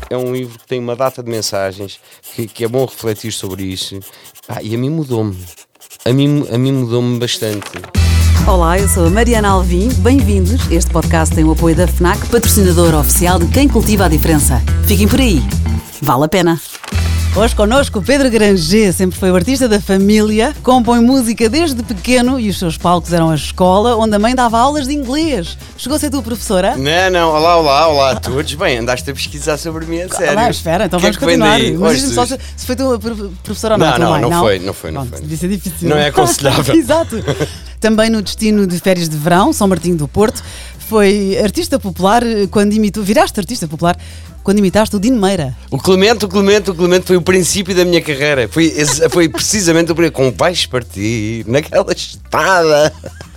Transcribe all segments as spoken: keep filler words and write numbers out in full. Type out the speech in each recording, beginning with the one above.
é um livro que tem uma data de mensagens, que, que é bom refletir sobre isso. Ah, e a mim mudou-me. A mim, a mim mudou-me bastante. Olá, eu sou a Mariana Alvim. Bem-vindos. Este podcast tem o apoio da FNAC, patrocinador oficial de Quem Cultiva a Diferença. Fiquem por aí. Vale a pena. Hoje connosco Pedro Granger, sempre foi o artista da família, compõe música desde pequeno e os seus palcos eram a escola onde a mãe dava aulas de inglês. Chegou a ser tu professora? Não, não, olá, olá, olá a todos. Bem, andaste a pesquisar sobre mim, é sério. Olá, espera, então que vamos é que continuar. Imagina-me só se, se foi tu professora ou não. Não, não, mãe, não, não foi, não foi, não Pronto, foi. devia ser difícil. Não é aconselhável. Exato. Também no destino de férias de verão, São Martinho do Porto, foi artista popular quando imitou, viraste artista popular quando imitaste o Dino Meira. O Clemente, o Clemente, o Clemente foi o princípio da minha carreira. Foi, foi precisamente o primeiro. Com vais partir naquela estada.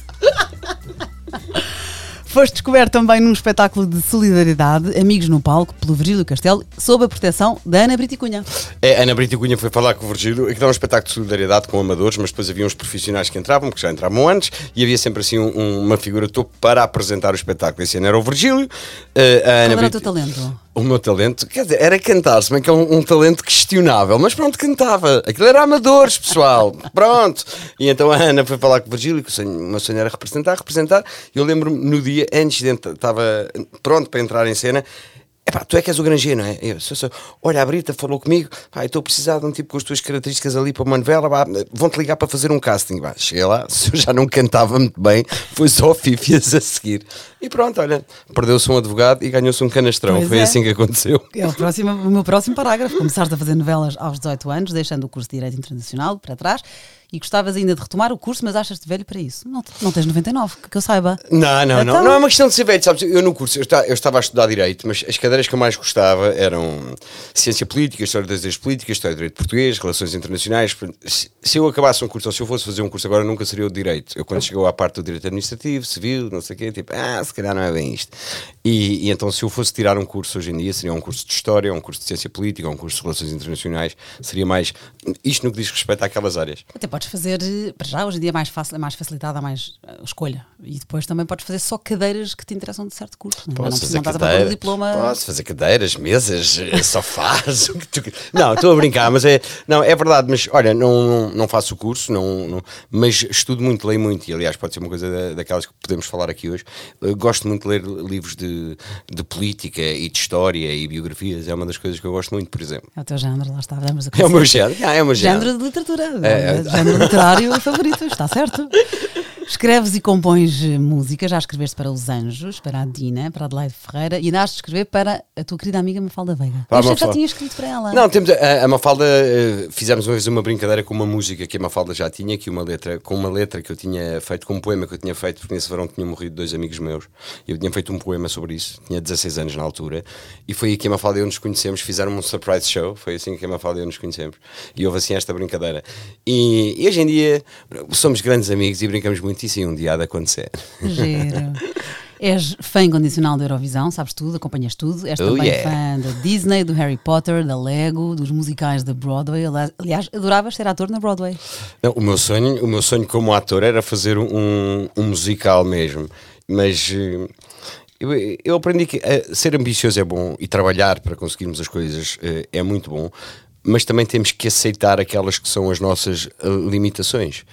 Foste descoberto também num espetáculo de solidariedade, Amigos no Palco, pelo Virgílio Castelo, sob a proteção da Ana Brito e Cunha. É, a Ana Brito e Cunha foi falar com o Virgílio, que era um espetáculo de solidariedade com amadores, mas depois havia uns profissionais que entravam, que já entravam antes, e havia sempre assim um, uma figura topo para apresentar o espetáculo. Esse ano era o Virgílio. Uh, a Ana Qual era Brito... o teu talento? O meu talento, quer dizer, era cantar, se bem que é um, um talento questionável, mas pronto, cantava. Aquilo era amadores, pessoal. Pronto. E então a Ana foi falar com o Virgílio, que o meu sonho era representar, representar. E eu lembro-me no dia, antes de entrar, estava pronto para entrar em cena. Epá, tu é que és o Granger, não é? Eu, sou, sou. Olha, a Brita falou comigo, pá, estou a precisar de um tipo com as tuas características ali para uma novela, pá, vão-te ligar para fazer um casting. Pá, cheguei lá, se eu já não cantava muito bem, foi só fifias a seguir. E pronto, olha, perdeu-se um advogado e ganhou-se um canastrão. Pois foi é. assim que aconteceu. É o, próximo, o meu próximo parágrafo. Começaste a fazer novelas aos dezoito anos, deixando o curso de Direito Internacional para trás. E gostavas ainda de retomar o curso, mas achas-te velho para isso? Não, não tens noventa e nove, que eu saiba. Não, não, Então... não. Não é uma questão de ser velho, sabes? Eu no curso, eu estava, eu estava a estudar Direito, mas as cadeiras que eu mais gostava eram Ciência Política, História das Leis Políticas, História do Direito Português, Relações Internacionais. Se eu acabasse um curso, ou se eu fosse fazer um curso agora, nunca seria o de Direito. Eu quando chegou à parte do Direito Administrativo, Civil, não sei o quê, tipo, ah, se calhar não é bem isto. E, e então se eu fosse tirar um curso hoje em dia, seria um curso de História, um curso de Ciência Política, um curso de Relações Internacionais, seria mais isto no que diz respeito àquelas áreas. Até podes fazer, para já, hoje em dia é mais fácil, é mais facilitada, mais uh, escolha. E depois também podes fazer só cadeiras que te interessam de certo curso. Não, Posso não fazer estás a cadeira, procurar um diploma. Posso fazer cadeiras, mesas, sofás, o que tu... Não, estou a brincar, mas é, não, é verdade, mas olha, não, não, não faço o curso, não, não, mas estudo muito, leio muito, e aliás pode ser uma coisa da, daquelas que podemos falar aqui hoje. Eu gosto muito de ler livros de, de política e de história e biografias, é uma das coisas que eu gosto muito, por exemplo. É o teu género, lá está. Vamos a É o meu género, ah, é o meu género. Género de literatura, É, é. género literário favorito, está certo? Escreves e compões música, já escreveste para Os Anjos, para a Dina, para a Adelaide Ferreira e andaste a escrever para a tua querida amiga Mafalda Veiga. Para Eu achei que já Mafalda. tinha escrito para ela. Não, temos a, a Mafalda, uh, fizemos uma vez uma brincadeira com uma música que a Mafalda já tinha, que uma letra, com uma letra que eu tinha feito, com um poema que eu tinha feito, porque nesse verão tinham morrido dois amigos meus, e eu tinha feito um poema sobre isso, tinha dezasseis anos na altura, e foi aí que a Mafalda e eu nos conhecemos, fizeram um surprise show, foi assim que a Mafalda e eu nos conhecemos, e houve assim esta brincadeira. E, e hoje em dia somos grandes amigos e brincamos muito, isso e um dia há de acontecer. Giro. És fã incondicional da Eurovisão, sabes tudo, acompanhas tudo. És Oh, também yeah. fã da Disney, do Harry Potter, da Lego, dos musicais da Broadway. Aliás, adoravas ser ator na Broadway. Não, o meu sonho, o meu sonho como ator era fazer um, um musical mesmo, mas eh, eu, eu aprendi que eh, ser ambicioso é bom e trabalhar para conseguirmos as coisas eh, é muito bom, mas também temos que aceitar aquelas que são as nossas eh, limitações.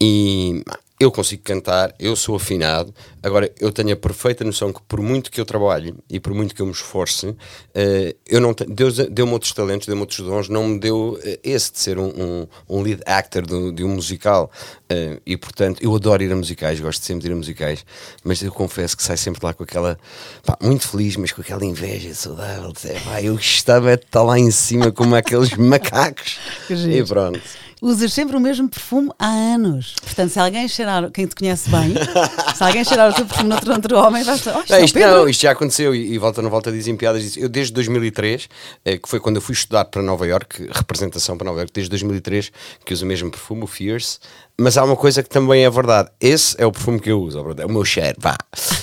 E eu consigo cantar, eu sou afinado, agora eu tenho a perfeita noção que por muito que eu trabalhe e por muito que eu me esforce, uh, eu não te, Deus deu-me outros talentos, deu-me outros dons, não me deu uh, esse de ser um, um, um lead actor de, de um musical, uh, e portanto eu adoro ir a musicais, gosto sempre de ir a musicais, mas eu confesso que saio sempre lá com aquela, pá, muito feliz, mas com aquela inveja saudável, de dizer, pá, eu gostava de estar lá em cima como aqueles macacos, e pronto. Usas sempre o mesmo perfume há anos. Portanto, se alguém cheirar, quem te conhece bem, se alguém cheirar o teu perfume noutro, outro homem, vais dizer, oh, isto, não, é isto, Pedro. não, isto já aconteceu e, e volta não volta dizem piadas disso. Eu desde dois mil e três, eh, que foi quando eu fui estudar para Nova Iorque, representação para Nova Iorque, desde dois mil e três que uso o mesmo perfume, o Fierce, mas há uma coisa que também é verdade, esse é o perfume que eu uso, é o meu cheiro, vá.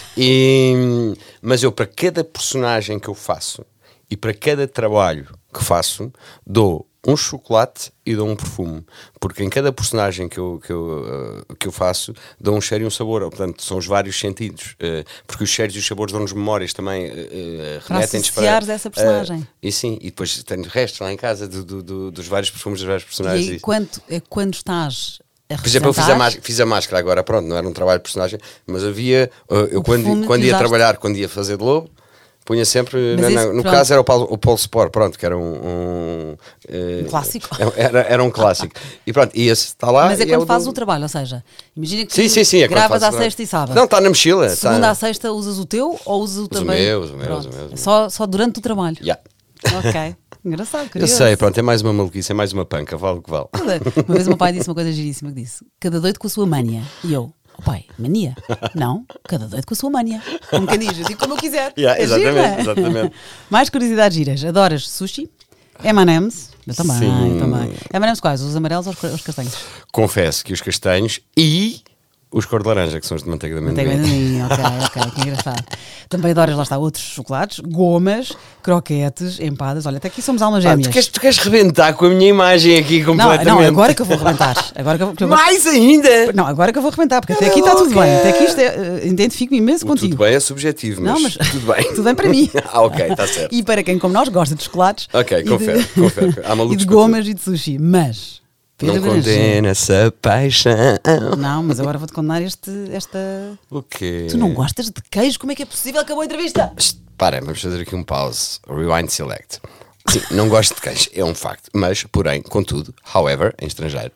E, mas eu para cada personagem que eu faço e para cada trabalho que faço, dou um chocolate e dou um perfume, porque em cada personagem que eu, que eu, uh, que eu faço dou um cheiro e um sabor, portanto são os vários sentidos, uh, porque os cheiros e os sabores dão-nos memórias também, uh, remetem-nos para... associares essa personagem. Uh, e sim, e depois tenho restos lá em casa do, do, do, dos vários perfumes dos vários personagens. E aí, quando, é quando estás a Por exemplo, eu fiz a, máscara, fiz a máscara agora, pronto, não era um trabalho de personagem, mas havia, uh, eu quando, quando ia trabalhar, quando ia fazer de lobo, punha sempre, na, esse, no pronto. caso era o Paulo, o Paulo Sport, pronto, que era um, um, uh, um clássico. Era, era um clássico. E pronto, e esse está lá. Mas é quando é fazes do... o trabalho, ou seja, imagina que sim, sim, sim, é gravas à faz, sexta e sábado. Não, está na mochila. Segunda tá... à sexta usas o teu ou usas o Os também? meus, os meus, os meus. É só, só durante o trabalho? Yeah. Ok, engraçado, curioso. Eu sei, pronto, é mais uma maluquice, é mais uma panca, vale o que vale. Uma vez o meu pai disse uma coisa giríssima que disse: cada doido com a sua mania. E eu, oh pai, mania? Não, cada doido com a sua mania. Como quem diz, eu digo como eu quiser. Yeah, É exatamente, giro, não é? exatamente. Mais curiosidades giras. Adoras sushi? M and M's? Eu também, Sim. eu também. M and M's quais? Os amarelos ou os castanhos? Confesso que os castanhos e os cor de laranja, que são os de manteiga de amendoim. Manteiga de amendoim, ok, ok, que engraçado. Também adoras, lá está, outros chocolates, gomas, croquetes, empadas. Olha, até aqui somos almas Ah, gêmeas. tu, queres, tu queres rebentar com a minha imagem aqui Não, completamente? não, agora que eu vou rebentar. Agora que eu, que eu vou... Mais ainda? Não, agora que eu vou rebentar, porque até aqui está tudo bem. Até aqui isto é, uh, identifico-me imenso O contigo. tudo bem é subjetivo, mas, Não, mas tudo bem. tudo bem para mim. Ah, ok, está certo. E para quem, como nós, gosta de chocolates. Ok, e de- confere, confere. Há E malucos de para gomas e de sushi. Mas, Pedro Não Granger- condena essa paixão. Não, mas agora vou-te condenar este, esta... O quê? Tu não gostas de queijo? Como é que é possível? Acabou a entrevista. Para, vamos fazer aqui um pause. Rewind select. Sim, não gosto de queijo, é um facto. Mas, porém, contudo, however, em estrangeiro,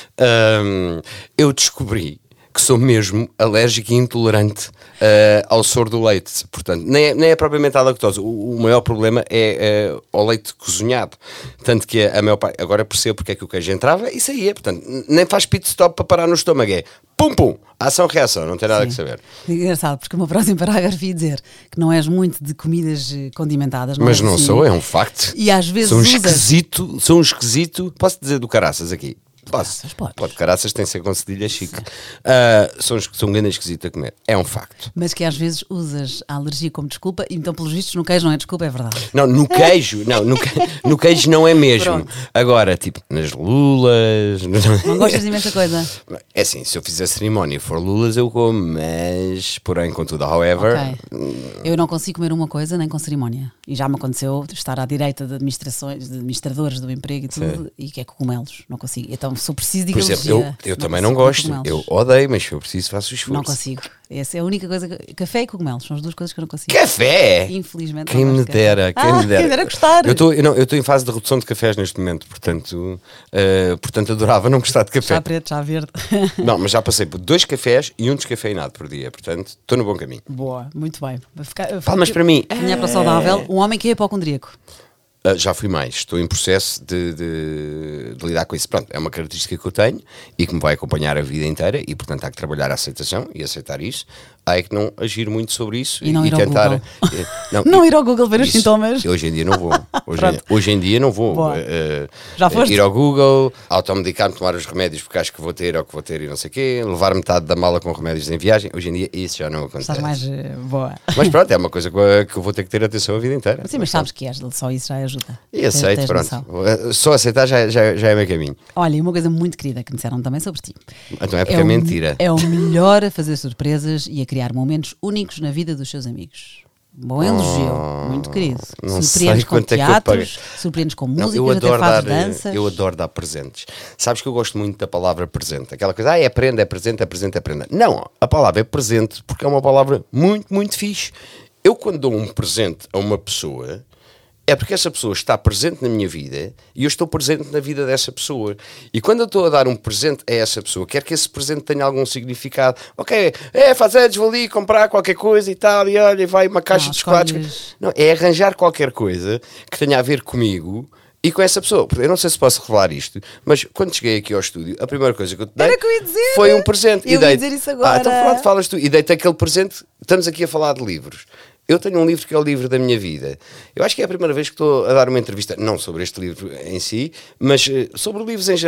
hum, eu descobri que sou mesmo alérgico e intolerante uh, ao soro do leite. Portanto, nem é, nem é propriamente à lactose. O, o maior problema é uh, ao leite cozinhado. Tanto que a, a maior parte... Agora percebo porque é que o queijo entrava e saía. Portanto, nem faz pit stop para parar no estômago. É pum pum, ação-reação, não tem nada Sim. que saber. Engraçado, porque o meu próximo parágrafo ia dizer que não és muito de comidas eh, condimentadas. Mas és não assim. sou, é um facto. E às vezes Sou um usas- esquisito, sou um esquisito. Posso dizer do caraças aqui? Posso. Caraças, podes. Pode, caraças tem que ser com cedilha chique. Uh, sou, um, sou um grande esquisito a comer. É um facto. Mas que às vezes usas a alergia como desculpa, e então, pelos vistos, no queijo não é desculpa, é verdade. Não, no queijo, não, no, que- no queijo não é mesmo. Pronto. Agora, tipo, nas lulas. Não gostas de imensa coisa? É assim, se eu fizer cerimónia e for lulas, eu como, mas, porém, contudo, however. Ok. Eu não consigo comer uma coisa nem com cerimónia. E já me aconteceu estar à direita de administrações, de administradores do emprego e tudo, e que é cogumelos. Não consigo. Então, se eu preciso de Por exemplo, eu, alergia, eu também não consigo gosto. comer Eu cogumelos. odeio, mas se eu preciso, faço o esforço. Não consigo. Essa é a única coisa. Que... Café e cogumelos são as duas coisas que eu não consigo. Café! Infelizmente. Quem não me gosto de café. dera, quem Ah, me dera. Quem dera gostar. Eu estou eu estou em fase de redução de cafés neste momento, portanto, uh, portanto adorava não gostar de café. Chá preto, chá verde. Não, mas já passei por dois cafés e um descafeinado por dia, portanto, estou no bom caminho. Boa, muito bem. Vai ficar, Palmas para mim. Caminhar para o saudável, um homem que é hipocondríaco. Uh, já fui mais, estou em processo de, de- de lidar com isso. Pronto, é uma característica que eu tenho e que me vai acompanhar a vida inteira e, portanto, há que trabalhar a aceitação e aceitar isso. Há é que não agir muito sobre isso E não ir ao tentar. Google. eh, Não, Não e- ir ao Google ver os isso, sintomas. eu Hoje em dia não vou. Hoje, em, Pronto. hoje em dia não vou. Boa. Eh, Já eh, foste? Ir ao Google, automedicar-me, tomar os remédios porque acho que vou ter ou que vou ter e não sei o quê, levar metade da mala com remédios em viagem. Hoje em dia isso já não acontece. Estás mais eh, boa. Mas pronto, é uma coisa que eu- que eu vou ter que ter atenção a vida inteira. Sim, mas sabes que és, só isso já ajuda. E Tens- aceito, tens pronto. noção. Só aceitar já, já, já é meu caminho. Olha, e uma coisa muito querida que me disseram também sobre ti. Então é porque é, o- mentira. É o melhor a fazer surpresas e a criar momentos únicos na vida dos seus amigos. Bom elogio, muito querido. Oh, não Surpreendes sei com quanto é que eu teatros, surpreendes com Não, músicas, eu até adoro fazes dar, danças. eu adoro dar presentes. Sabes que eu gosto muito da palavra presente. Aquela coisa, ah, é prenda, é presente, é presente, é prenda. Não, a palavra é presente porque é uma palavra muito, muito fixe. Eu quando dou um presente a uma pessoa, é porque essa pessoa está presente na minha vida e eu estou presente na vida dessa pessoa. E quando eu estou a dar um presente a essa pessoa, quero que esse presente tenha algum significado. Ok, é fazer, vou ali comprar qualquer coisa e tal, e olha, vai uma caixa Não, de chocolates. escolhes- Não, é arranjar qualquer coisa que tenha a ver comigo e com essa pessoa. Eu não sei se posso revelar isto, mas quando cheguei aqui ao estúdio, a primeira coisa que eu te dei Era o que eu ia dizer. foi um presente. Eu e ia dei dizer isso Ah, agora. então pronto, falas tu. E dei-te aquele presente. Estamos aqui a falar de livros. Eu tenho um livro que é o livro da minha vida. Eu acho que é a primeira vez que estou a dar uma entrevista, não sobre este livro em si, mas eh, sobre livros em geral.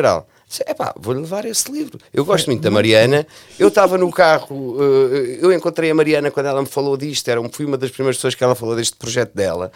É pá, vou levar esse livro. Eu gosto muito da Mariana. Eu estava no carro, eu encontrei a Mariana quando ela me falou disto. Era, fui uma das primeiras pessoas que ela falou deste projeto dela.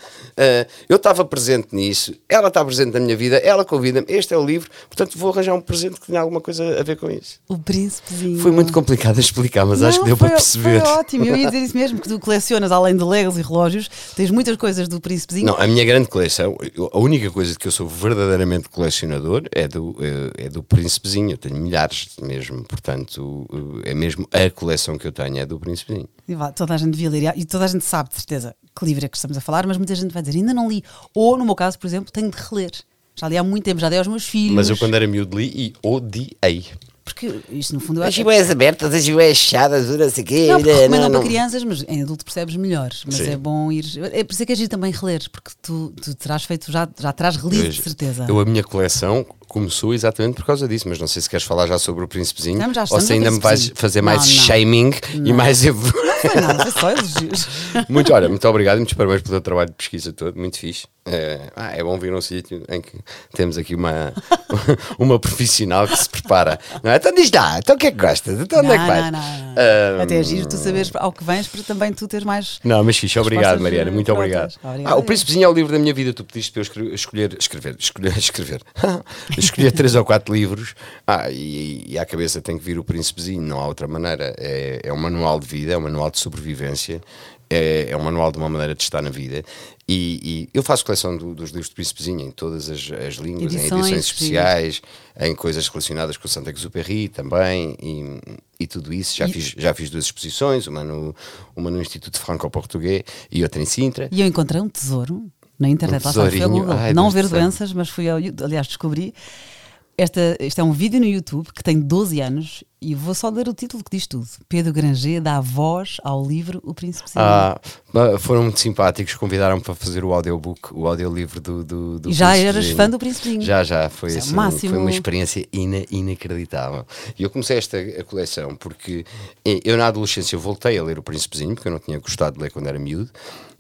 Eu estava presente nisso, ela está presente na minha vida, ela convida-me. Este é o livro, portanto vou arranjar um presente que tenha alguma coisa a ver com isso. O Príncipezinho. Foi muito complicado a explicar, mas Não, acho que deu foi, para perceber. Foi ótimo, eu ia dizer isso mesmo, que tu colecionas, além de Legos e relógios, tens muitas coisas do Príncipezinho. Não, a minha grande coleção, eu, a única coisa de que eu sou verdadeiramente colecionador é do, é, é do Príncipezinho. Eu tenho milhares mesmo, portanto, é mesmo a coleção que eu tenho, é do Príncipezinho. E vá, toda a gente devia ler, e toda a gente sabe, de certeza, que livro é que estamos a falar, mas muita gente vai dizer, ainda não li. Ou, no meu caso, por exemplo, tenho de reler. Já li há muito tempo, já dei aos meus filhos. Mas eu, quando era miúdo, li e odiei. Porque isto, no fundo, eu as joelhas abertas, as joelhas fechadas, não sei o quê. Não, porque recomendam não, para não. crianças, mas em adulto percebes melhor. Mas Sim. é bom ir. É por isso que é giro também reler, porque tu, tu terás feito, já, já terás relido, de certeza. Eu, a minha coleção começou exatamente por causa disso, mas não sei se queres falar já sobre o Príncipezinho, Não, já ou se ainda me vais fazer mais não, não. shaming não. e mais. Não foi nada, foi só elogios. Muito, olha, muito obrigado e muitos parabéns pelo teu trabalho de pesquisa todo, muito fixe. É, ah, é bom vir num sítio em que temos aqui uma, uma profissional que se prepara. Não é? Então diz lá, então o que é que gostas? Então onde não, é que vais? Não, não, não. Um... Até é giro tu saberes ao que vens para também tu teres mais. Não, mas fixe, obrigado Mariana, muito prontas. obrigado. Obrigado. Ah, o Príncipezinho é o livro da minha vida, tu pediste para eu escrever, escolher, escrever, escolher, escrever. escolher três ou quatro livros, ah, e, e à cabeça tem que vir o Príncipezinho, não há outra maneira. É, é um manual de vida, é um manual de sobrevivência. É, é um manual de uma maneira de estar na vida e, e eu faço coleção do, dos livros de Príncipezinho em todas as, as línguas, edições, em edições especiais, em coisas relacionadas com o Saint-Exupéry também e, e tudo isso. Já, e... fiz, já fiz duas exposições, uma no, uma no Instituto Franco-Português e outra em Sintra. E eu encontrei um tesouro na internet, um lá está, fui ao Google, Ai, não Deus ver do céu. doenças, mas fui ao, aliás descobri. Esta, este é um vídeo no YouTube que tem doze anos e vou só ler o título que diz tudo. Pedro Granger dá voz ao livro O Príncipezinho. Ah, foram muito simpáticos, convidaram-me para fazer o audiobook, o audiolivro do, do, do E já Príncipezinho. eras fã do Príncipezinho? Já, já, foi, Isso é o assim, máximo. foi uma experiência ina, inacreditável. E eu comecei esta a coleção porque eu na adolescência voltei a ler o Príncipezinho, porque eu não tinha gostado de ler quando era miúdo,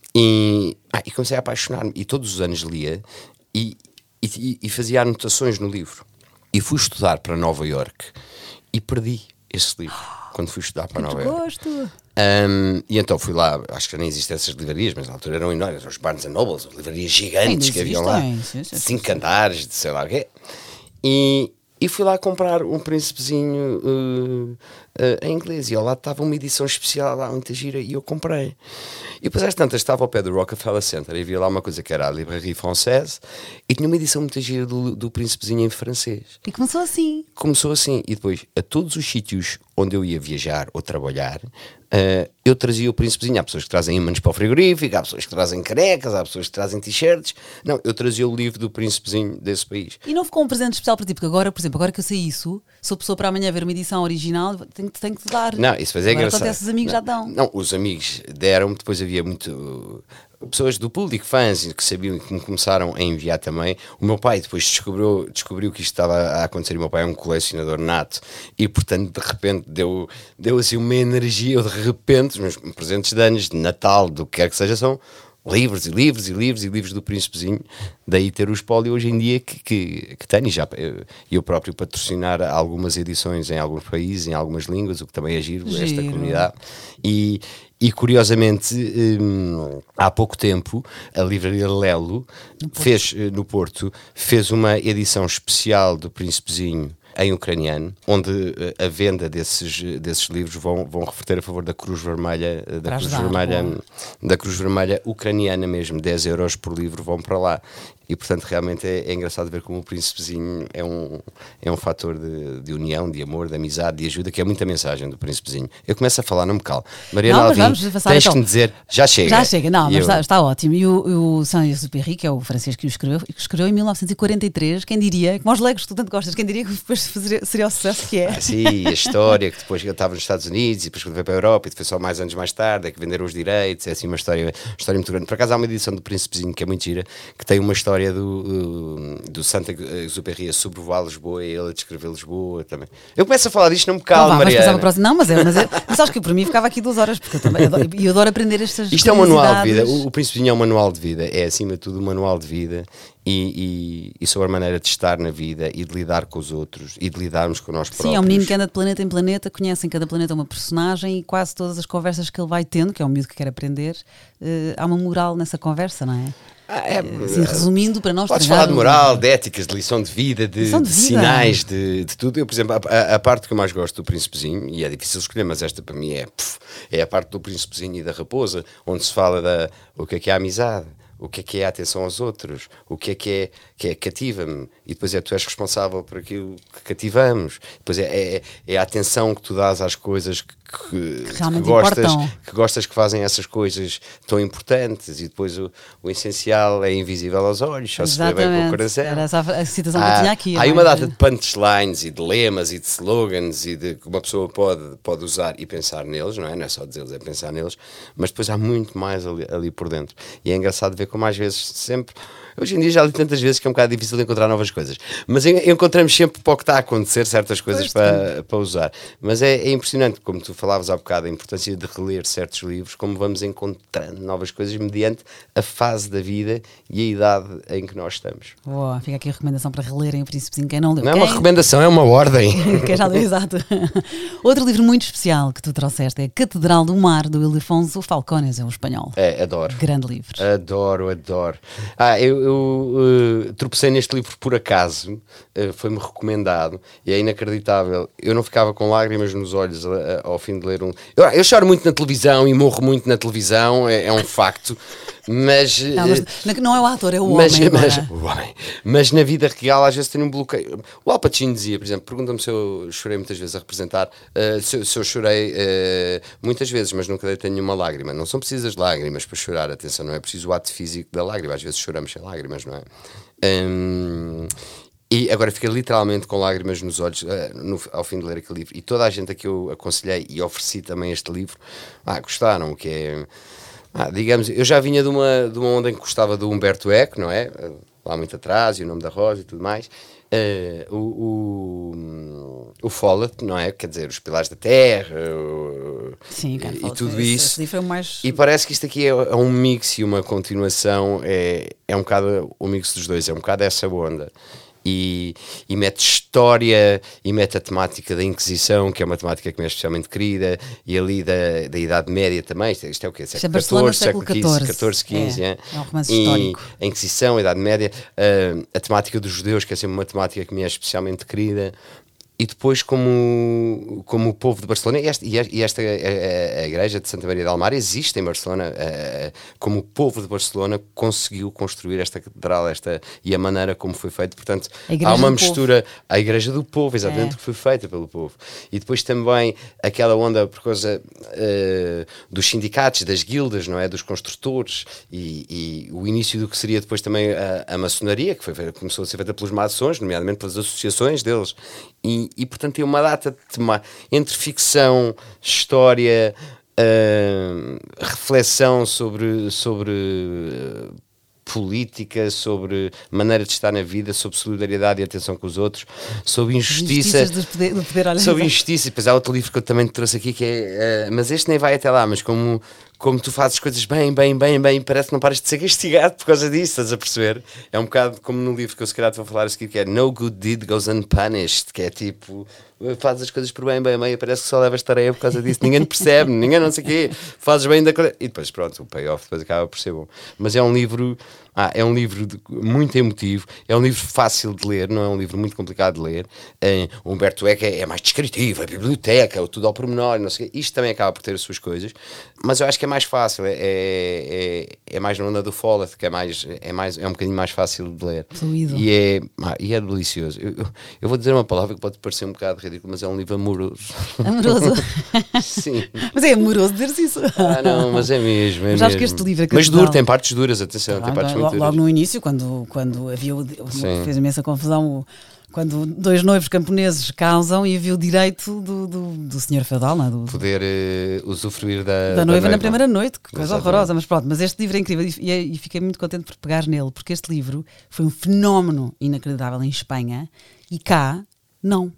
e, ah, e comecei a apaixonar-me, e todos os anos lia e, e, e fazia anotações no livro. E fui estudar para Nova Iorque e perdi esse livro quando fui estudar para Nova Iorque. Gosto. Um, e então fui lá, acho que já nem existem essas livrarias, mas na altura eram enormes, eram os Barnes and Nobles, livrarias gigantes Ainda que haviam lá, existem, sim, sim, cinco sim. andares, de sei lá o quê. E, e fui lá comprar um Príncipezinho uh, uh, em inglês, e ao lado estava uma edição especial lá, muita gira, e eu comprei. E depois às tantas estava ao pé do Rockefeller Center e havia lá uma coisa que era a Librairie Française e tinha uma edição muito gira do, do Príncipezinho em francês. E começou assim. Começou assim, e depois a todos os sítios onde eu ia viajar ou trabalhar, uh, eu trazia o Príncipezinho. Há pessoas que trazem ímãs para o frigorífico, há pessoas que trazem canecas, há pessoas que trazem t-shirts. Não, eu trazia o livro do Príncipezinho desse país. E não ficou um presente especial para ti? Porque agora, por exemplo, agora que eu sei isso, sou pessoa para amanhã ver uma edição original, tenho, tenho que te dar. Não, isso fazia agora engraçado. acontece, os amigos não, já dão. Não, os amigos deram, depois havia muito... pessoas do público, fãs que sabiam que me começaram a enviar também. O meu pai depois descobriu, descobriu que isto estava a acontecer, e o meu pai é um colecionador nato e portanto de repente deu, deu assim uma energia. Eu de repente, os meus presentes de anos, de Natal, do que quer que seja, são livros e livros e livros e livros do Príncipezinho. Daí ter o espólio hoje em dia que, que, que tenho, e já eu, eu próprio patrocinar algumas edições em alguns países, em algumas línguas, o que também é giro, Giro. esta comunidade. E, e curiosamente, hum, há pouco tempo, a livraria Lelo no fez, no Porto, fez uma edição especial do Príncipezinho em ucraniano, onde a venda desses, desses livros vão, vão reverter a favor da Cruz Vermelha, da para Cruz ajudar, Vermelha, bom. da Cruz Vermelha ucraniana mesmo. Dez euros por livro vão para lá. E portanto realmente é, é engraçado ver como o Príncipezinho é um, é um fator de, de união, de amor, de amizade, de ajuda, que é muita mensagem do Príncipezinho. Eu começo a falar, não me calo. Mariana Não, mas Alvim, vamos passar, tens então. que me dizer, já chega. Já chega, não, E mas eu- está, está ótimo. E o, o Saint-Exupéry, que é o francês que o escreveu, que escreveu em mil novecentos e quarenta e três, quem diria, como os Legos que tu tanto gostas, quem diria que depois seria, seria o sucesso que é? Ah, sim, a história que depois eu estava nos Estados Unidos e depois quando veio para a Europa e depois só mais anos mais tarde é que venderam os direitos, é assim uma história, história muito grande. Por acaso há uma edição do Príncipezinho que é muito gira, que tem uma história do, do, do Saint-Exupéry a sobrevoar Lisboa e ele a descrever Lisboa também. Eu começo a falar disto, não me Não, calo, vá, vamos passar Mariana. para a próxima. Não, mas é, mas é. Mas acho que por mim ficava aqui duas horas, porque eu também adoro, e eu adoro aprender estas Isto é um manual de vida, curiosidades. o, o Príncipezinho é um manual de vida, é acima de tudo um manual de vida e, e, e sobre a maneira de estar na vida e de lidar com os outros e de lidarmos com nós próprios. Sim, é um menino que anda de planeta em planeta, conhece em cada planeta uma personagem e quase todas as conversas que ele vai tendo, que é um miúdo que quer aprender, uh, há uma moral nessa conversa, não é? Ah, é, assim, resumindo, para nós podes falar de moral, de éticas, de lição de vida, de, lição de, de vida. sinais, de, de tudo. Eu, por exemplo, a, a parte que eu mais gosto do Príncipezinho, e é difícil escolher, mas esta para mim é, puf, é a parte do Príncipezinho e da Raposa, onde se fala da o que é que é a amizade, o que é que é a atenção aos outros, o que é que é, que é cativa-me, e depois é tu és responsável por aquilo que cativamos, depois é, é, é a atenção que tu dás às coisas que, que, que realmente que gostas, importam. que gostas que fazem essas coisas tão importantes, e depois o, o essencial é invisível aos olhos, só se vê bem com o coração. Era essa a citação há, que eu tinha aqui. Há aí uma data de punchlines e de lemas e de slogans e de que uma pessoa pode, pode usar e pensar neles, não é? Não é só dizê-los, é pensar neles, mas depois há muito mais ali, ali por dentro. E é engraçado ver como às vezes sempre... Hoje em dia já li tantas vezes que é um bocado difícil de encontrar novas coisas, mas encontramos sempre para o que está a acontecer certas coisas para, para usar. Mas é, é impressionante, como tu falavas há bocado, a importância de reler certos livros, como vamos encontrando novas coisas mediante a fase da vida e a idade em que nós estamos. Boa, fica aqui a recomendação para relerem o Príncipezinho, quem não leu. Não é quem... uma recomendação, é uma ordem. Quem já leu, exato. Outro livro muito especial que tu trouxeste é Catedral do Mar, do Ildefonso Falcones, é um espanhol. É, adoro. Grande livro. Adoro, adoro. Ah, eu, eu uh, tropecei neste livro por acaso, uh, foi-me recomendado e é inacreditável. Eu não ficava com lágrimas nos olhos uh, ao fim de ler um... Eu, eu choro muito na televisão e morro muito na televisão, é, é um facto. Mas não, mas não é o ator, é o mas, homem. Mas, o homem. Mas na vida real às vezes tenho um bloqueio. O Al Pacino dizia, por exemplo, pergunta-me se eu chorei muitas vezes a representar, uh, se, se eu chorei uh, muitas vezes, mas nunca deitei nenhuma lágrima. Não são precisas lágrimas para chorar, atenção, não é preciso o ato físico da lágrima, às vezes choramos sem lágrimas, não é? Um, E agora fiquei literalmente com lágrimas nos olhos uh, no, ao fim de ler aquele livro. E toda a gente a que eu aconselhei e ofereci também este livro, ah, gostaram, que é... Ah, digamos, eu já vinha de uma, de uma onda em que gostava do Humberto Eco, não é? Lá muito atrás, e O Nome da Rosa e tudo mais. Uh, o, o, o Follett, não é? Quer dizer, Os Pilares da Terra, o, sim, cara, e, e tudo esse, isso. Esse mais... E parece que isto aqui é, é um mix e uma continuação, é, é um bocado o mix dos dois, é um bocado essa onda. E, e mete história e mete a temática da Inquisição, que é uma temática que me é especialmente querida, e ali da, da Idade Média também. Isto, isto é o quê? século catorze, século quinze, catorze, quinze, é, é um romance e histórico. A Inquisição, a Idade Média, uh, a temática dos judeus, que é sempre uma temática que me é especialmente querida. E depois como, como o povo de Barcelona, e esta, e esta a, a igreja de Santa Maria del Mar existe em Barcelona, a, como o povo de Barcelona conseguiu construir esta catedral, esta, e a maneira como foi feito. Portanto, há uma mistura, povo. A igreja do povo, exatamente, é. Que foi feita pelo povo. E depois também aquela onda por causa uh, dos sindicatos, das guildas, não é? Dos construtores, e, e o início do que seria depois também a, a maçonaria, que foi, começou a ser feita pelos maçons, nomeadamente pelas associações deles. E, e portanto tem uma data de tema entre ficção, história, uh, reflexão sobre, sobre uh, política, sobre maneira de estar na vida, sobre solidariedade e atenção com os outros, sobre injustiça, do poder, do poder, olha, sobre injustiça. E depois há outro livro que eu também te trouxe aqui que é, uh, mas este nem vai até lá, mas como como tu fazes coisas bem, bem, bem, bem, parece que não paras de ser castigado por causa disso, estás a perceber? É um bocado como no livro que eu se calhar te vou falar a seguir, que é No Good Deed Goes Unpunished, que é tipo, fazes as coisas por bem, bem, bem, parece que só levas tarefa por causa disso, ninguém te percebe, ninguém não sei o quê, fazes bem da coisa, e depois pronto, o payoff depois acaba por ser bom. Mas é um livro, ah, é um livro de, muito emotivo, é um livro fácil de ler, não é um livro muito complicado de ler. É, o Humberto Eco é, é mais descritivo, é biblioteca, é tudo ao pormenor, não sei o quê. Isto também acaba por ter as suas coisas, mas eu acho que é mais fácil, é, é, é mais na onda do Follett, que é, mais, é, mais, é um bocadinho mais fácil de ler. Fluido. E é, ah, e é delicioso. Eu, eu, eu vou dizer uma palavra que pode parecer um bocado ridículo, mas é um livro amoroso. Amoroso? Sim. Mas é amoroso dizer-se isso. Ah, não, mas é mesmo. É mas acho que este livro é mas duro, tem partes duras, atenção, ah, tem partes logo, muito duras. Logo no início, quando, quando havia o, o fez imensa confusão, o, quando dois noivos camponeses casam e havia o direito do, do, do senhor feudal, não é? Do, poder uh, usufruir da, da, da noiva noiva na primeira noite, que coisa Exatamente. horrorosa, mas pronto, mas este livro é incrível e, e fiquei muito contente por pegar nele, porque este livro foi um fenómeno inacreditável em Espanha e cá, não.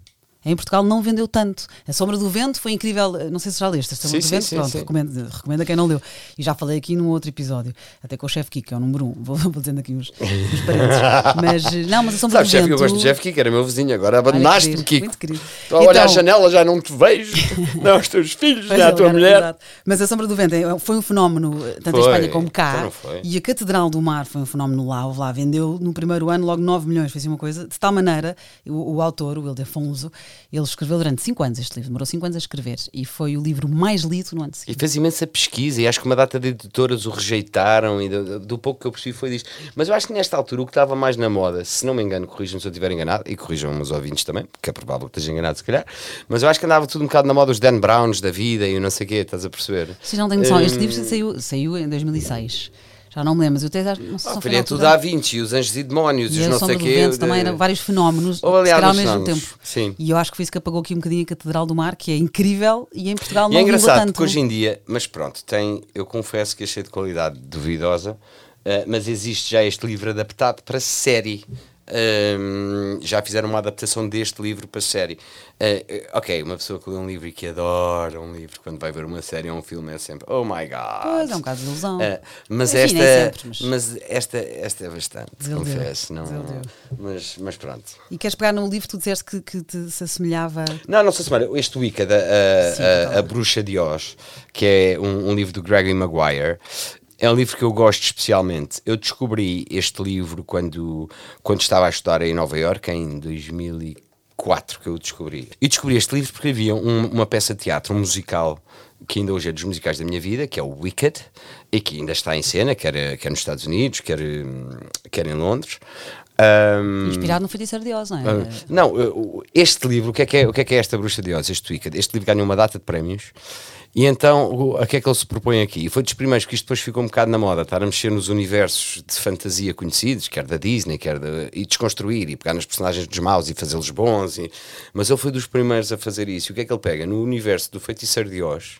em Portugal não vendeu tanto. A Sombra do Vento foi incrível, não sei se já leste, a Sombra sim, do Vento, sim, pronto, sim. Recomendo, recomendo a quem não leu. E já falei aqui num outro episódio, até com o Chefe Kiko, que é o número um, vou, vou dizendo aqui os, os parentes. Mas, não, mas a Sombra Sabes, do chefe, Vento... eu gosto do Jeff Kiko, era meu vizinho, agora abandonaste-me, Kiko. Muito querido. Estou a olhar Então- à janela, já não te vejo, não os teus filhos, Pois já é, a tua era, mulher. exato. Mas a Sombra do Vento é- foi um fenómeno, tanto em Foi, Espanha como cá. então não foi. E a Catedral do Mar foi um fenómeno lá. Houve lá, vendeu no primeiro ano logo nove milhões, foi assim uma coisa. De tal maneira, o, o autor, o Ildefonso, ele escreveu durante cinco anos este livro, demorou cinco anos a escrever. E foi o livro mais lido no ano E seguinte. fez imensa pesquisa, e acho que uma data de editoras o rejeitaram, e do, do pouco que eu percebi foi disto. Mas eu acho que nesta altura o que estava mais na moda, se não me engano, corrijam-me se eu estiver enganado, e corrijam-me os ouvintes também, porque é provável que esteja enganado se calhar, mas eu acho que andava tudo um bocado na moda, os Dan Browns da vida e o não sei o quê, estás a perceber? Se não tenho noção, este Hum, livro saiu, saiu em dois mil e seis. Já não me lembro, mas eu até já- não sei se Ah, não foi filho, na é tudo altura. Da Vinci, os anjos e demónios, E os a não sei Sombra o do quê. Vento de- também eram vários fenómenos, Ou se aliás, calhar ao os mesmo fenómenos, tempo. sim. E eu acho que foi isso que apagou aqui um bocadinho a Catedral do Mar, que é incrível, e em Portugal E não é vingou engraçado tanto. porque hoje em dia, mas pronto, tem, eu confesso que achei de qualidade duvidosa, eh, mas existe já este livro adaptado para série. Um, já fizeram uma adaptação deste livro para série. Uh, ok, uma pessoa que lê um livro e que adora um livro, quando vai ver uma série ou um filme, é sempre oh my god. Pois, é um caso de ilusão. Uh, mas, Enfim, nem esta, sempre, mas- mas esta, esta é bastante, Desiludeu, confesso. Não, desiludeu. mas, mas pronto. E queres pegar no livro que tu disseste que, que te, se assemelhava. Não, não se assemelha. Este Wicca, da, a, Sim, a, tá. a Bruxa de Oz, que é um, um livro do Gregory Maguire, é um livro que eu gosto especialmente. Eu descobri este livro quando, quando estava a estudar em Nova Iorque, em dois mil e quatro que eu o descobri. E descobri este livro porque havia um- uma peça de teatro, um musical, que ainda hoje é dos musicais da minha vida, que é o Wicked, e que ainda está em cena, quer, quer nos Estados Unidos, quer, hum, quer em Londres. Um, Inspirado no Feiticeiro de Oz, não é? Uh, não, uh, este livro, o que, é que é, o que é que é esta Bruxa de Oz, este Wicked? Este livro ganhou uma data de prémios. E então, o, a que é que ele se propõe aqui? E foi dos primeiros, que isto depois ficou um bocado na moda, estar a mexer nos universos de fantasia conhecidos, quer da Disney, quer de, e desconstruir, e pegar nos personagens dos maus e fazê-los bons. E, mas ele foi dos primeiros a fazer isso. E o que é que ele pega? No universo do Feiticeiro de Oz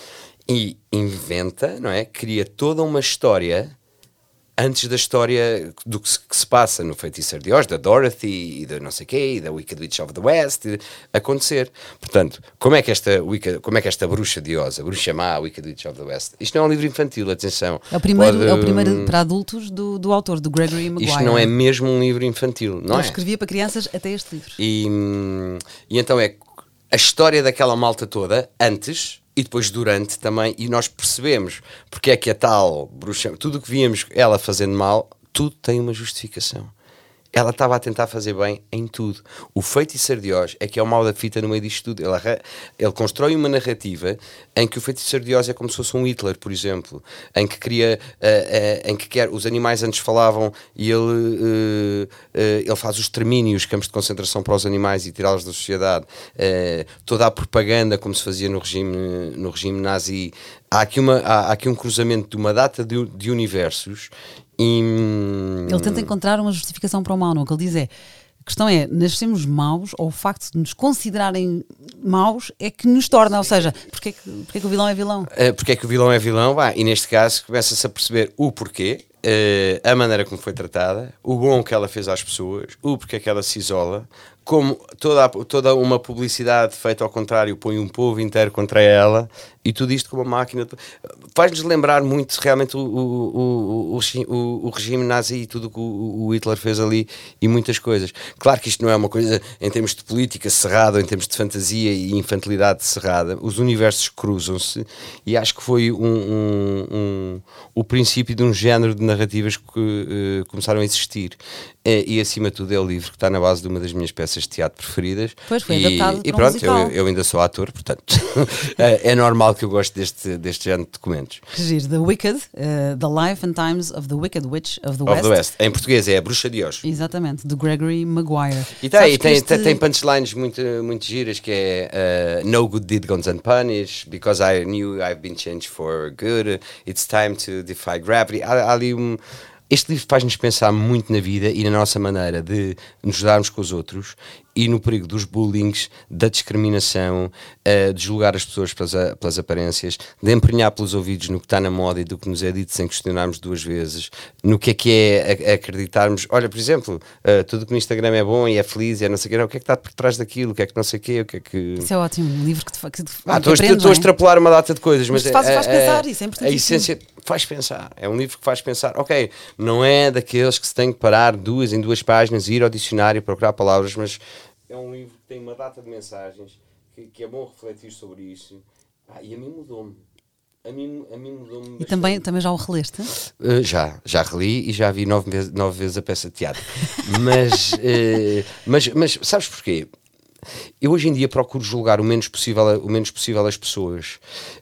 e inventa, não é? Cria toda uma história antes da história do que se, que se passa no Feiticeiro de Oz, da Dorothy e da não sei quê, e da Wicked Witch of the West, e, acontecer. Portanto, como é, que esta, Wicca, como é que esta Bruxa de Oz, a Bruxa Má, a Wicked Witch of the West, isto não é um livro infantil, atenção. É o primeiro, Pode, é o primeiro hum, para adultos do, do autor, do Gregory Maguire. Isto não é mesmo um livro infantil, não Ele é? escrevia para crianças até este livro. E, hum, e então é a história daquela malta toda, antes e depois durante também, e nós percebemos porque é que a tal bruxa, tudo o que víamos ela fazendo mal, tudo tem uma justificação. Ela estava a tentar fazer bem em tudo. O Feiticeiro de Oz é que é o mal da fita no meio disto tudo. Ele, arra- ele constrói uma narrativa em que o Feiticeiro de Oz é como se fosse um Hitler, por exemplo, em que cria, uh, uh, em que quer, os animais antes falavam e ele, uh, uh, ele faz os extermínios, campos de concentração para os animais e tirá-los da sociedade. Uh, toda a propaganda como se fazia no regime, no regime nazi. Há aqui, uma, há, há aqui um cruzamento de uma data de, de universos. E, Ele tenta encontrar uma justificação para o mal, não? O que ele diz é: a questão é, nascemos maus, ou o facto de nos considerarem maus é que nos torna, ou seja, porque é que, porque é que o vilão é vilão? Uh, porque é que o vilão é vilão? Bah, e neste caso começa-se a perceber o porquê, uh, a maneira como foi tratada, o bom que ela fez às pessoas, o porquê que ela se isola, como toda, a, toda uma publicidade feita ao contrário põe um povo inteiro contra ela, e tudo isto com uma máquina. Faz-nos lembrar muito realmente o, o, o, o, o regime nazi e tudo o que o, o Hitler fez ali e muitas coisas. Claro que isto não é uma coisa em termos de política cerrada, ou em termos de fantasia e infantilidade cerrada. Os universos cruzam-se e acho que foi um, um, um, o princípio de um género de narrativas que uh, começaram a existir. Uh, e acima de tudo é o livro que está na base de uma das minhas peças de teatro preferidas. Pois foi e, adaptado e para um pronto, musical. eu, eu ainda sou ator, portanto é normal que eu goste deste, deste género de documentos. Que giro, The Wicked, uh, The Life and Times of the Wicked Witch of the Of West. the West. Em português é a Bruxa de Oz. Exatamente, de Gregory Maguire. E tem, Sabes que tem, este- tem, tem punchlines muito, muito giras que é uh, No good deed goes unpunished because I knew I've been changed for good. It's time to defy gravity. Há, há ali um... este livro faz-nos pensar muito na vida e na nossa maneira de nos darmos com os outros e no perigo dos bullings, da discriminação, uh, de julgar as pessoas pelas, pelas aparências, de emprenhar pelos ouvidos no que está na moda e do que nos é dito sem questionarmos duas vezes, no que é que é acreditarmos, olha, por exemplo, uh, tudo que no Instagram é bom e é feliz e é não sei o que, não, o que é que está por trás daquilo, o que é que não sei o que, o que é que... Isso é ótimo, um livro que te, que te ah, estou, aprende, estou a extrapolar uma data de coisas, mas, mas faz, a, faz pensar, isso é a essência faz pensar, é um livro que faz pensar, ok, não é daqueles que se tem que parar duas em duas páginas, ir ao dicionário, procurar palavras, mas é um livro que tem uma data de mensagens que, que é bom refletir sobre isso. Ah, e a mim mudou-me. A mim, a mim mudou-me. E também, também já o releste? Uh, já, já reli e já vi nove vezes, nove vezes a peça de teatro. mas, uh, mas, mas sabes porquê? Eu hoje em dia procuro julgar o menos possível, o menos possível as pessoas.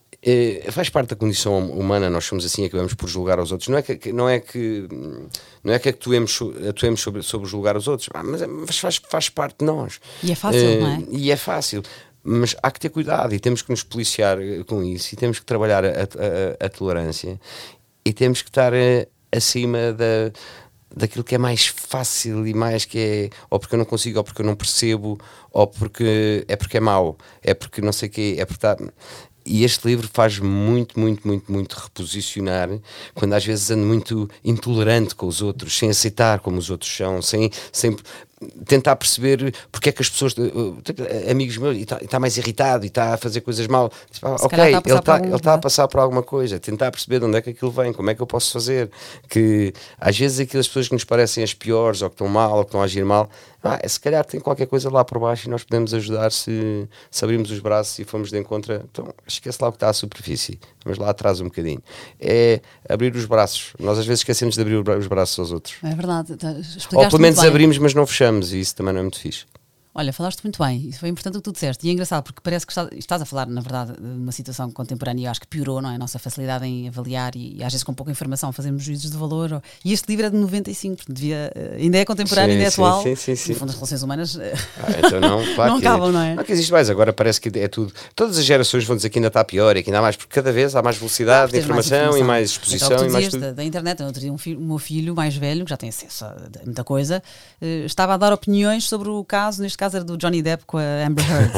Uh, faz parte da condição humana, nós somos assim, acabamos por julgar aos outros. Não é que, não é que, não é que atuemos, atuemos sobre, sobre julgar os outros, ah, mas, mas faz, faz parte de nós. E é fácil, uh, não é? E é fácil. Mas há que ter cuidado e temos que nos policiar com isso e temos que trabalhar a, a, a tolerância e temos que estar a, acima da, daquilo que é mais fácil e mais que é ou porque eu não consigo, ou porque eu não percebo, ou porque é porque é mau, é porque não sei o quê, é porque está... E este livro faz muito, muito, muito, muito reposicionar quando às vezes ando muito intolerante com os outros, sem aceitar como os outros são, sem, sem tentar perceber porque é que as pessoas, amigos meus, e está tá mais irritado e está a fazer coisas mal. Tipo, ah, ok, ele está ele tá a passar por alguma coisa, tentar perceber de onde é que aquilo vem, como é que eu posso fazer. Que às vezes aquelas pessoas que nos parecem as piores, ou que estão mal, ou que estão a agir mal, ah, se calhar tem qualquer coisa lá por baixo e nós podemos ajudar se, se abrirmos os braços e formos de encontro. Então esquece lá o que está à superfície, vamos lá atrás um bocadinho. É abrir os braços. Nós às vezes esquecemos de abrir os braços aos outros. É verdade. Ou pelo menos abrimos, mas não fechamos, e isso também não é muito fixe. Olha, falaste muito bem, isso foi importante o que tu disseste. E é engraçado porque parece que estás, estás a falar, na verdade, de uma situação contemporânea e eu acho que piorou, não é? A nossa facilidade em avaliar e, e às vezes com pouca informação fazemos juízos de valor. Ou... E este livro é de noventa e cinco, devia, ainda é contemporâneo, sim, ainda é sim, atual. Sim, sim, sim. No fundo, as relações humanas ah, então não, pá, não acabam, não é? Não que existe mais, agora parece que é tudo. Todas as gerações vão dizer que ainda está pior e que ainda há mais, porque cada vez há mais velocidade de informação, mais informação e mais exposição. Então, e mais tudo. Da, da internet, outro dia um filho, o meu filho mais velho, que já tem acesso a muita coisa, estava a dar opiniões sobre o caso, neste caso era do Johnny Depp com a Amber Heard.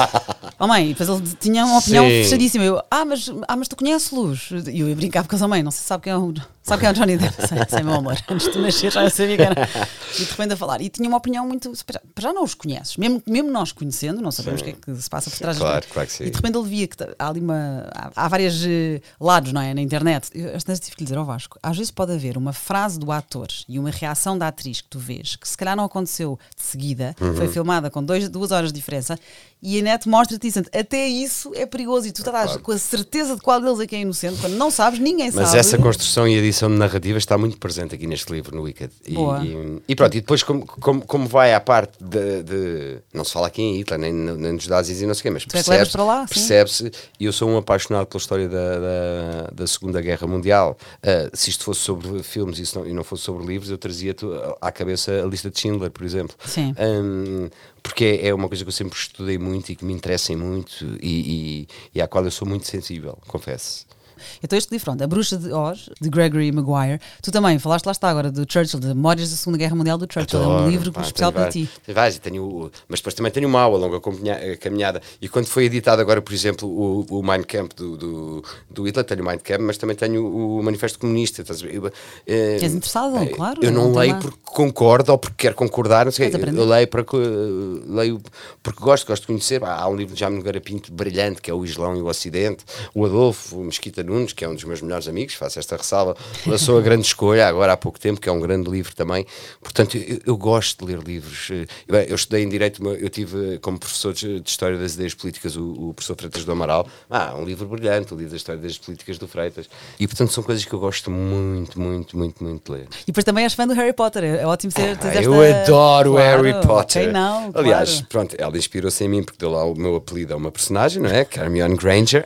Oh mãe, depois ele tinha uma opinião Sim. fechadíssima. Eu, ah mas, ah, mas tu conheces-Luz? E eu ia brincar com a mãe, não sei se sabe quem é o, sabe quem é o Johnny Depp. Sei, sei, meu amor. Antes de nascer já eu sabia que era. E de repente a falar. E tinha uma opinião muito. Já, já não os conheces. Mesmo, mesmo nós conhecendo, não sabemos o que é que se passa por trás claro, das claro que sim. E de repente ele via que há ali uma. Há, há vários uh, lados, não é? Na internet. Eu tive que lhe dizer ao Vasco: às vezes pode haver uma frase do ator e uma reação da atriz que tu vês, que se calhar não aconteceu de seguida, uhum. foi filmada com dois, duas horas de diferença. E a net mostra-te isso. Até isso é perigoso. E tu estás claro. com a certeza de qual deles é que é inocente. Quando não sabes, ninguém Mas sabe. Mas essa construção e edição de narrativa está muito presente aqui neste livro, no Wicked. E, e, e pronto, e depois como, como, como vai à parte de, de... Não se fala aqui em Hitler, nem, nem nos nazis e não sei o quê, mas percebe-se, percebe-se, e eu sou um apaixonado pela história da, da, da Segunda Guerra Mundial. Uh, se isto fosse sobre filmes e não, e não fosse sobre livros, eu trazia-te à cabeça a lista de Schindler, por exemplo. Sim. Um, porque é uma coisa que eu sempre estudei muito e que me interessa muito e, e, e à qual eu sou muito sensível, confesso. Então este livro, pronto, A Bruxa de Oz, de Gregory Maguire. Tu também falaste, lá está agora, do Churchill, de Memórias da Segunda Guerra Mundial do Churchill. Adoro, é um livro pá, especial para ti. Vais, tenho, mas depois também tenho o Mau, a longa caminhada. E quando foi editado agora, por exemplo, o, o Mein Kampf do, do, do Hitler, tenho o Mein Kampf, mas também tenho o Manifesto Comunista. Estás a ver? Eu, eh, És interessado, eh, claro. Eu não, não leio porque concordo ou porque quero concordar, não sei. Eu leio, para, leio porque gosto, gosto de conhecer. Há um livro de Jaime Nogueira Pinto brilhante, que é o Islão e o Ocidente. O Adolfo o Mesquita Nunes, que é um dos meus melhores amigos, faço esta ressalva, lançou A Grande Escolha agora há pouco tempo, que é um grande livro também. Portanto, eu, eu gosto de ler livros. Eu, eu estudei em Direito, eu tive como professor de História das Ideias Políticas o, o professor Freitas do Amaral. Ah, um livro brilhante, o livro da História das Políticas do Freitas. E portanto são coisas que eu gosto muito, muito, muito, muito de ler. E depois também és fã do Harry Potter, é ótimo ser ah, Eu esta... adoro claro, Harry Potter. Quem não, aliás, claro. Pronto, ela inspirou-se em mim porque deu lá o meu apelido a uma personagem, não é? Hermione Granger.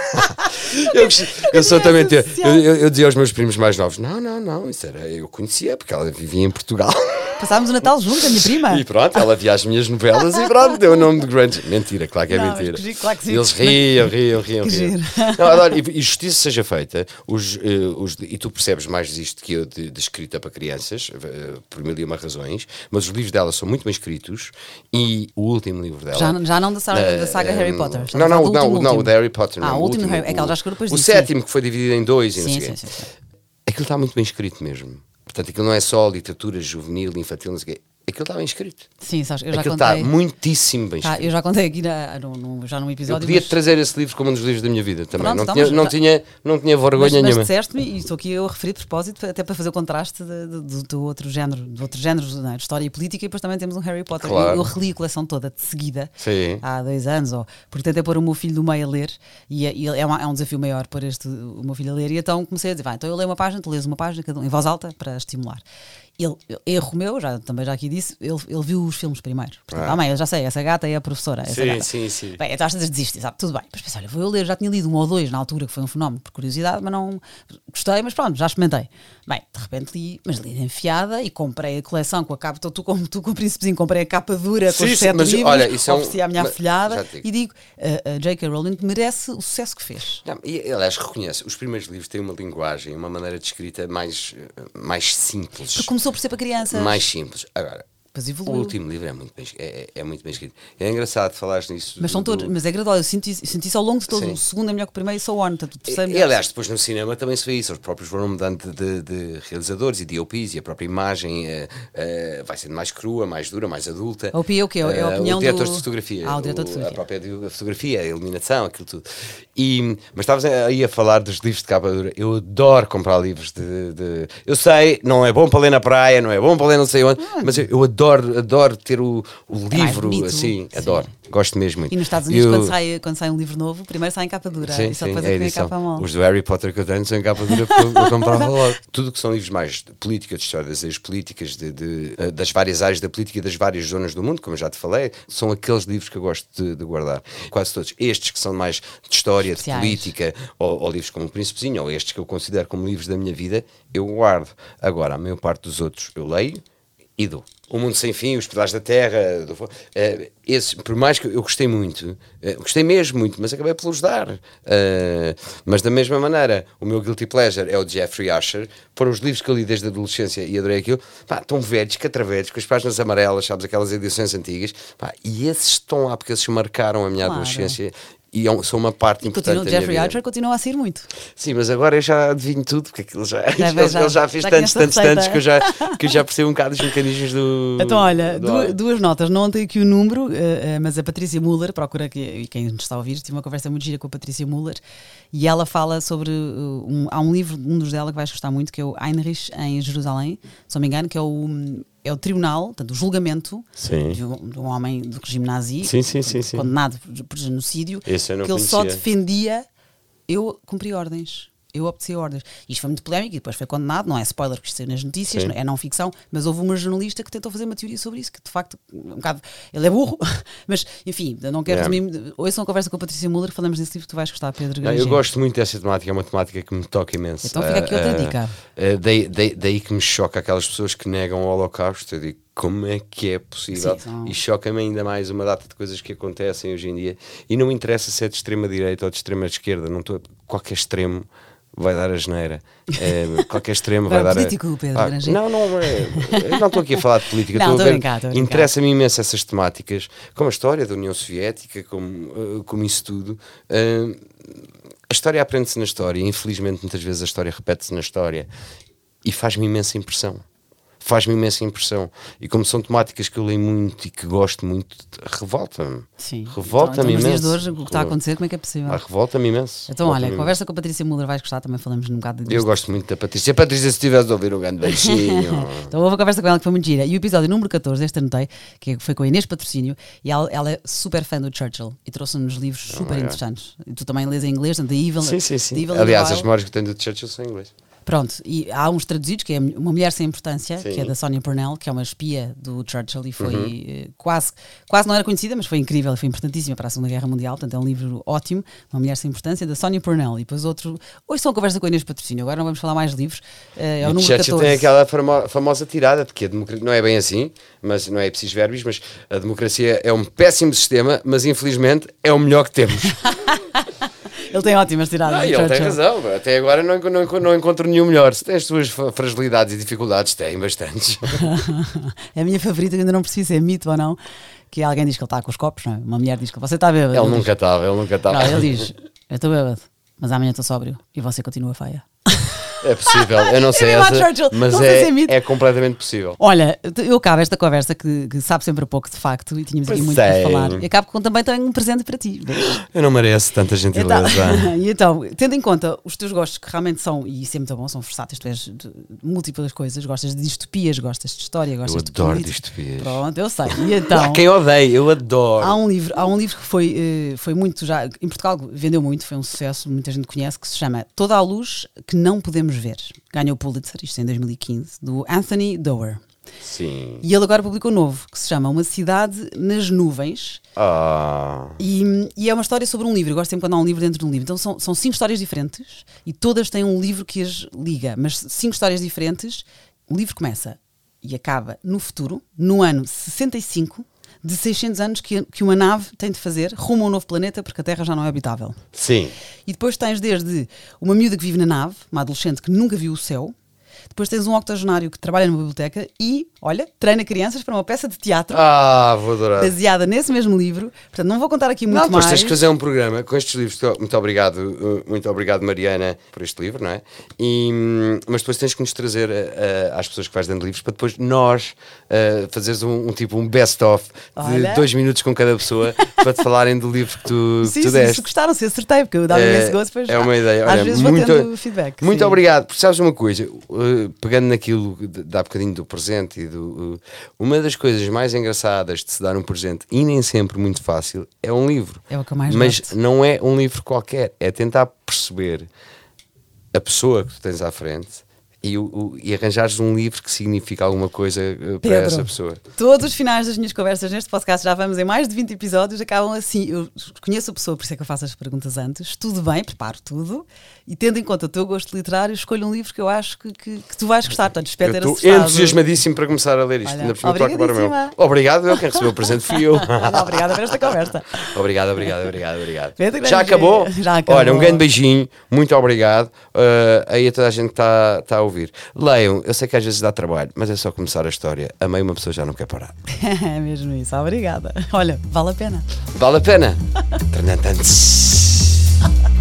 eu, eu sou também eu, eu, eu dizia aos meus primos mais novos: não, não, não, isso era, eu conhecia porque ela vivia em Portugal. Passámos o Natal juntos, a minha prima. E pronto, ela via as minhas novelas e pronto, deu o nome de Grunge. Mentira, claro que é Não, mentira. que giro, claro que sim. Eles riam, riam, riam, Que riam. giro. Não, adoro, e, e justiça seja feita, os, uh, os, e tu percebes mais disto que eu de, de escrita para crianças, uh, por mil e uma razões, mas os livros dela são muito bem escritos e o último livro dela. Já, já não da saga, da saga uh, Harry Potter. Estamos Não, a não, falar do não, último, não, o último. da Harry Potter. Ah, não, o último Harry- é que ela já escreveu depois O disso, sim. sétimo que foi dividido em dois e não Sim, sei o sim, quê. sim, sim. Aquilo está muito bem escrito mesmo. Portanto, aquilo não é só literatura juvenil, infantil, não sei o quê. Aquilo está bem escrito. Sim, sabes, eu já Aquilo contei. está muitíssimo bem Ah, escrito. eu já contei aqui na, no, no- já num Eu episódio. podia mas- trazer esse livro como um dos livros da minha vida também. Pronto, não, então, tinha, mas não, já- tinha, não tinha vergonha Mas, mas nenhuma. disseste-me, e estou aqui eu a referir de propósito, até para fazer o contraste de- de- do, do outro género, do outro género não é? De história e política, e depois também temos um Harry Potter. Claro. Eu, eu reli a coleção toda de seguida, Sim. há dois anos, ou, porque tentei pôr o meu filho do meio a ler, e, é- e é, uma- é um desafio maior pôr este, o meu filho a ler, e então comecei a dizer, vai, então eu leio uma página, tu lês uma página, cada um, em voz alta, para estimular. Ele, erro meu, já, também já aqui disse, ele, ele viu os filmes primeiro. Portanto, Ah. ah, mãe, eu já sei, essa gata é a professora. Essa Sim, gata. sim, sim. Bem, então às vezes desisti, sabe? Tudo bem. Mas pensei, olha, vou eu ler, já tinha lido um ou dois na altura, que foi um fenómeno por curiosidade, mas não gostei, mas pronto, já experimentei. Bem, de repente li, mas li enfiada e comprei a coleção com a capa, tu, tu, como tu com o príncipezinho, comprei a capa dura com Sim, os sim, sete mas livros, olha, isso é um- ofereci à minha mas- afilhada já te digo. e digo, a, a J K. Rowling merece o sucesso que fez. Não, e, aliás, reconhece, os primeiros livros têm uma linguagem, uma maneira de escrita mais, eh, mais simples. Porque começou por ser para crianças. Mais simples. Agora, Depois o evoluiu. último livro é muito bem, é, é muito bem escrito. É engraçado falares nisso. Mas, são do- todos, mas é gradual, eu senti, senti isso ao longo de todo. Sim. O segundo é melhor que o primeiro e só o on. Portanto, o terceiro é E, melhor. aliás, depois no cinema também se vê isso. Os próprios foram mudando de, de realizadores e D O Ps e a própria imagem eh, eh, vai sendo mais crua, mais dura, mais adulta. A opinião é o quê? É a Eh, opinião o diretor do- de fotografia. Ah, o diretor de A fotografia. própria di- fotografia, a iluminação, aquilo tudo. E, mas estavas aí a falar dos livros de capa dura. Eu adoro comprar livros de, de- Eu sei, não é bom para ler na praia, não é bom para ler não sei onde, mas eu, eu adoro, adoro ter o, o mais livro bonito. assim. Sim. Adoro. Gosto mesmo muito. E nos Estados Unidos, Eu- quando, sai, quando sai um livro novo, primeiro sai em capa dura. Sim, e só sim, depois é é a que vem a edição. capa mole. Os do Harry Potter que eu tenho são em capa dura porque eu, eu comprava logo. Tudo que são livros mais de política, de história das ideias políticas, de, de, eh, das várias áreas da política e das várias zonas do mundo, como eu já te falei, são aqueles livros que eu gosto de, de guardar. Quase todos. Estes que são mais de história, Especiais. de política, ou, ou livros como O Príncipezinho, ou estes que eu considero como livros da minha vida, eu guardo. Agora, a maior parte dos outros eu leio e dou. O Mundo Sem Fim, Os Pedaços da Terra, do, uh, esses, por mais que eu gostei muito, uh, gostei mesmo muito, mas acabei por os dar. Uh, mas da mesma maneira, o meu guilty pleasure é o de Jeffrey Asher. Foram os livros que eu li desde a adolescência e adorei aquilo. Pá, tão velhos, catravedos, com as páginas amarelas, sabes, aquelas edições antigas. Pá, e esses estão lá porque eles marcaram a minha Claro. adolescência. E é um- são uma parte importante Continua, da minha Jeffrey vida. Archer continua a sair muito. Sim, mas agora eu já adivinho tudo, porque aquilo já, Já ele, vai, já- ele já fez já tantos, conhece a tantos, tantos receita. que eu, já, que eu já percebo um bocado os mecanismos do. Então, olha, do- duas, duas notas. Não tenho aqui o número, eh, eh, mas a Patrícia Muller, procura aqui, e quem nos está a ouvir, tive uma conversa muito gira com a Patrícia Muller, e ela fala sobre. uh, um, há um livro, um dos dela, que vais gostar muito, que é o Heinrich em Jerusalém, se não me engano, que é o. É o tribunal, portanto, o julgamento Sim. de um, de um homem do regime nazi, Sim, sim, sim, sim. condenado por, por genocídio, Esse eu não que ele só conhecia. defendia. Eu cumpri ordens. Eu obedeci ordens. Isto foi muito polémico e depois foi condenado. Não é spoiler, porque isto saiu nas notícias, Sim. é não ficção. Mas houve uma jornalista que tentou fazer uma teoria sobre isso, que de facto, um bocado. Ele é burro, mas enfim, eu não quero Yeah. resumir. Ouçam a conversa com a Patrícia Muller, falamos desse livro que tu vais gostar, Pedro Não, eu Grangeiro. gosto muito dessa temática, é uma temática que me toca imenso. Então fica aqui outra Ah, dica. ah, daí, daí, daí que me choca aquelas pessoas que negam o Holocausto. Eu digo, como é que é possível? Sim, são- E choca-me ainda mais uma data de coisas que acontecem hoje em dia. E não me interessa se é de extrema direita ou de extrema esquerda. Não estou, qualquer extremo vai dar a geneira. É, qualquer extremo vai Agora, dar político, a... Pedro Ah, Grangeiro. não, não, é, eu não estou aqui a falar de política. Não, estou a estou a ver- brincar, estou a brincar. Interessa-me imenso essas temáticas, como a história da União Soviética, como, ah, como isso tudo. Ah, a história aprende-se na história, infelizmente muitas vezes a história repete-se na história e faz-me imensa impressão. Faz-me imensa impressão. E como são temáticas que eu leio muito e que gosto muito, revolta-me. Sim. Revolta-me então, então, nos dias imenso. de hoje, o que está a acontecer, como é que é possível? Ah, revolta-me imenso. Então, olha, Revolta-me conversa com a Patrícia Muller, vais gostar, também falamos um bocado disto. imenso. Eu gosto muito da Patrícia. A Patrícia, se tivesse de ouvir um grande beijinho. Então houve a conversa com ela que foi muito gira. E o episódio número catorze, este anotei, que foi com a Inês Patrocínio, e ela, ela é super fã do Churchill e trouxe-nos livros super my God. interessantes. E tu também lês em inglês, portanto, The Evil. Sim, sim, sim. The Evil and Aliás, the as Wild. memórias que eu tenho do Churchill são em inglês. Pronto, e há uns traduzidos, que é Uma Mulher Sem Importância, Sim. que é da Sonia Purnell, que é uma espia do Churchill e foi Uhum. eh, quase, quase não era conhecida, mas foi incrível, foi importantíssima para a Segunda Guerra Mundial, portanto é um livro ótimo, Uma Mulher Sem Importância, da Sonia Purnell. E depois outro, hoje são a conversa com a Inês Patrocínio, agora não vamos falar mais de livros, eh, é o E número Churchill catorze. tem aquela famo- famosa tirada de que a democracia não é bem assim, mas não é preciso verbis, mas a democracia é um péssimo sistema, mas infelizmente é o melhor que temos. Ele tem ótimas tiradas. Ah, o e ele tem Churchill. razão, até agora não, não, não encontro nenhum melhor. Se tem as suas fa- fragilidades e dificuldades, tem bastantes. É a minha favorita, que ainda não percebi se é mito ou não, que alguém diz que ele está com os copos, não é? Uma mulher diz que você está bêbado. Ele diz- nunca estava, ele nunca estava. Não, ele diz, eu estou bêbado, mas amanhã estou sóbrio e você continua feia. É possível, eu não sei É mesmo a essa, Churchill, mas não sei se é é, mito. é completamente possível. Olha, eu acabo esta conversa que, que sabe sempre a pouco de facto e tínhamos aqui Pois muito para sei. falar. E acabo com também tenho um presente para ti. Eu não mereço tanta gentileza. Então, e então, tendo em conta os teus gostos que realmente são, e isso é muito bom, são versáteis, tu és de múltiplas coisas, gostas de distopias, gostas de história, Eu gostas de adoro política. distopias. Pronto, eu sei. E então, Há quem odeie, eu adoro. há um livro, há um livro que foi, eh, foi muito já, em Portugal vendeu muito, foi um sucesso, muita gente conhece, que se chama Toda a Luz que Não Podemos Ver. Ganhou o Pulitzer, isto em dois mil e quinze, do Anthony Doerr. Sim. E ele agora publicou um novo, que se chama Uma Cidade nas Nuvens. Ah, E, e é uma história sobre um livro. Eu gosto sempre quando há um livro dentro de um livro. Então são, são cinco histórias diferentes e todas têm um livro que as liga, mas cinco histórias diferentes. O livro começa e acaba no futuro, no ano sessenta e cinco, de seiscentos anos que, que uma nave tem de fazer rumo a um novo planeta porque a Terra já não é habitável. sim. E depois tens desde uma miúda que vive na nave, uma adolescente que nunca viu o céu. Depois tens um octogenário que trabalha numa biblioteca e, olha, treina crianças para uma peça de teatro Ah, vou adorar. baseada nesse mesmo livro. Portanto, não vou contar aqui muito Não, depois mais. tens que fazer um programa com estes livros. Muito obrigado, uh, muito obrigado, Mariana, por este livro, não é? E, hum, mas depois tens que nos trazer uh, uh, às pessoas que vais dando livros para depois nós uh, fazeres um, um tipo um best-of de Olha. dois minutos com cada pessoa para te falarem do livro que tu, Sim, que tu sim, deste. se gostaram, se acertei, porque eu dava É, imenso gosto. Depois, é uma ideia. Às Olha, vezes muito, vou tendo feedback. muito sim. obrigado. Porque sabes uma coisa, uh, pegando naquilo de, de há bocadinho do presente e do, uh, uma das coisas mais engraçadas de se dar um presente e nem sempre muito fácil é um livro. É o que eu mais Mas gosto. não é um livro qualquer, é tentar perceber a pessoa que tu tens à frente e, o, o, e arranjares um livro que significa alguma coisa uh, para Pedro, essa pessoa. Todos os finais das minhas conversas neste podcast, já vamos em mais de vinte episódios, acabam assim. Eu conheço a pessoa, por isso é que eu faço as perguntas antes, estudo bem, preparo tudo e, tendo em conta o teu gosto literário, escolho um livro que eu acho que, que, que tu vais gostar. Portanto, espero ter Eu estou acertado. entusiasmadíssimo para começar a ler isto. Olha, Ainda por cima estou a acabar o meu. obrigadíssima. Obrigado, eu. Quem recebeu o presente fui eu. Olha, obrigada por esta conversa. Obrigado, obrigado, obrigado, obrigado. Pedro Já Grande, acabou? já acabou. Olha, um grande beijinho, muito obrigado. Uh, aí a toda a gente que está tá a ouvir. Leiam, eu sei que às vezes dá trabalho, mas é só começar a história. A meio uma pessoa já não quer parar. É mesmo isso, obrigada. Olha, vale a pena. Vale a pena? Trantantantes.